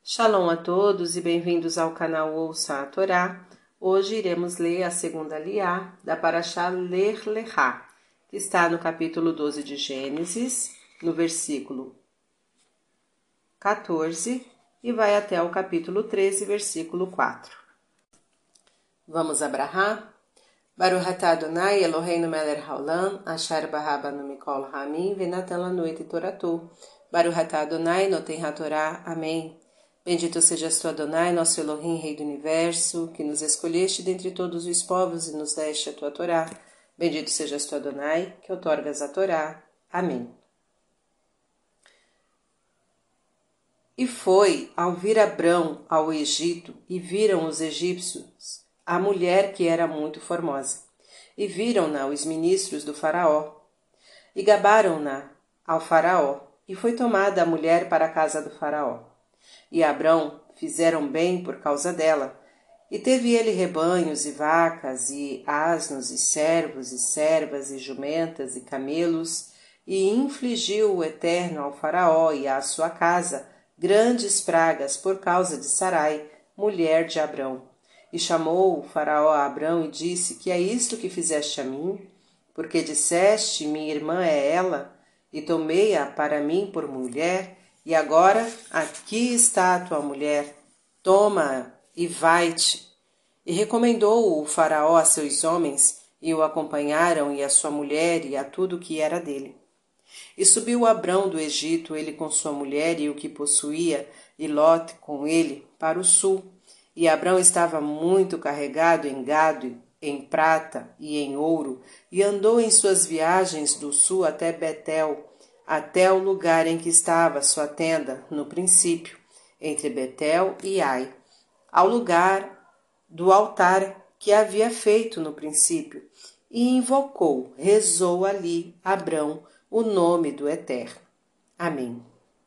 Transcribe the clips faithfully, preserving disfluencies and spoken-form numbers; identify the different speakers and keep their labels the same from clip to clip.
Speaker 1: Shalom a todos e bem-vindos ao canal Ouça a Torá. Hoje iremos ler a segunda liá da Parashá Lech Lechá, que está no capítulo doze de Gênesis, no versículo quatorze, e vai até o capítulo treze, versículo quatro. Vamos abrahar? Baruch atah Adonai Eloheinu melech haolam, asher bará banu mikol hamim venatan lanu et toratu. Baruch atah Adonai noten hatorá. Amém. Bendito sejas tu, Adonai, nosso Elohim, Rei do Universo, que nos escolheste dentre todos os povos e nos deste a tua Torá. Bendito sejas tu, Adonai, que outorgas a Torá. Amém. E foi ao vir Abrão ao Egito, e viram os egípcios a mulher que era muito formosa, e viram-na os ministros do faraó, e gabaram-na ao faraó, e foi tomada a mulher para a casa do faraó. E Abrão fizeram bem por causa dela, e teve ele rebanhos e vacas, e asnos, e servos, e servas, e jumentas, e camelos, e infligiu o Eterno ao faraó e à sua casa grandes pragas por causa de Sarai, mulher de Abrão. E chamou o faraó a Abrão e disse: Que é isto que fizeste a mim? Porque disseste: minha irmã é ela, e tomei-a para mim por mulher. E agora aqui está a tua mulher, toma-a e vai-te. E recomendou o faraó a seus homens, e o acompanharam, e a sua mulher, e a tudo que era dele. E subiu Abrão do Egito, ele com sua mulher e o que possuía, e Lote com ele, para o sul. E Abrão estava muito carregado em gado, em prata e em ouro, e andou em suas viagens do sul até Betel, até o lugar em que estava sua tenda, no princípio, entre Betel e Ai, ao lugar do altar que havia feito no princípio, e invocou, rezou ali, Abrão, o nome do Eterno. Amém.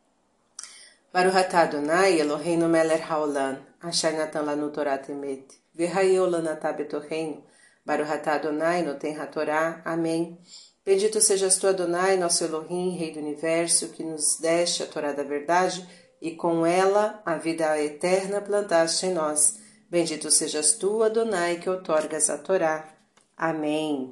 Speaker 1: Baruch atah Adonai Eloheinu melech haolam, asher natan lanu Torat emet, v'hayeu lanu atah betocheinu. Baruch atah Adonai noten hatorá. Amém. Bendito sejas tu, Adonai, nosso Elohim, Rei do Universo, que nos deste a Torá da verdade, e com ela a vida eterna plantaste em nós. Bendito sejas tu, Adonai, que outorgas a Torá. Amém.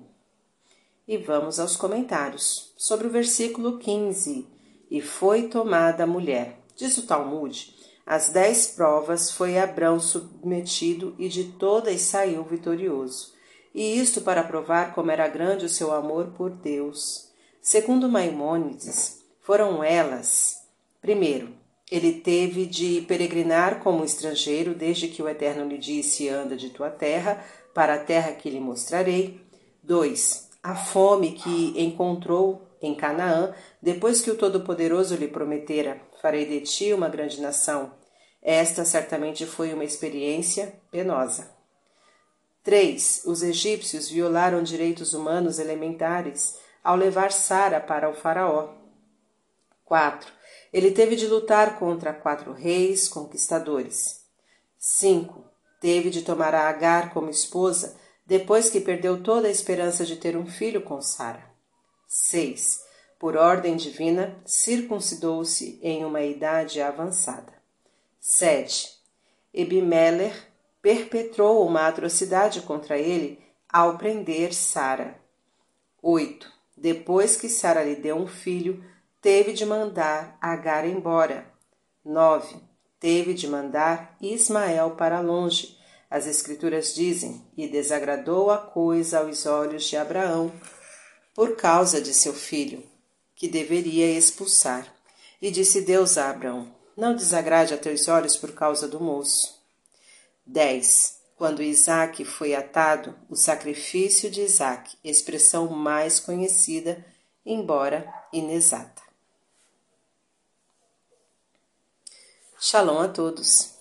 Speaker 1: E vamos aos comentários. Sobre o versículo quinze. E foi tomada a mulher. Diz o Talmud: as dez provas foi Abrão submetido, e de todas saiu vitorioso. E isto para provar como era grande o seu amor por Deus. Segundo Maimônides, foram elas: primeiro, ele teve de peregrinar como estrangeiro, desde que o Eterno lhe disse: anda de tua terra, para a terra que lhe mostrarei. dois. A fome que encontrou em Canaã, depois que o Todo-Poderoso lhe prometera: farei de ti uma grande nação. Esta certamente foi uma experiência penosa. três. Os egípcios violaram direitos humanos elementares ao levar Sara para o faraó. quatro. Ele teve de lutar contra quatro reis conquistadores. cinco. Teve de tomar a Agar como esposa, depois que perdeu toda a esperança de ter um filho com Sara. seis. Por ordem divina, circuncidou-se em uma idade avançada. sete. Ebimelech perpetrou uma atrocidade contra ele ao prender Sara. oito. Depois que Sara lhe deu um filho, teve de mandar Agar embora. nove. Teve de mandar Ismael para longe. As Escrituras dizem: e desagradou a coisa aos olhos de Abraão, por causa de seu filho, que deveria expulsar. E disse Deus a Abraão: não desagrade a teus olhos por causa do moço. dez. Quando Isaque foi atado, o sacrifício de Isaque, expressão mais conhecida, embora inexata. Shalom a todos.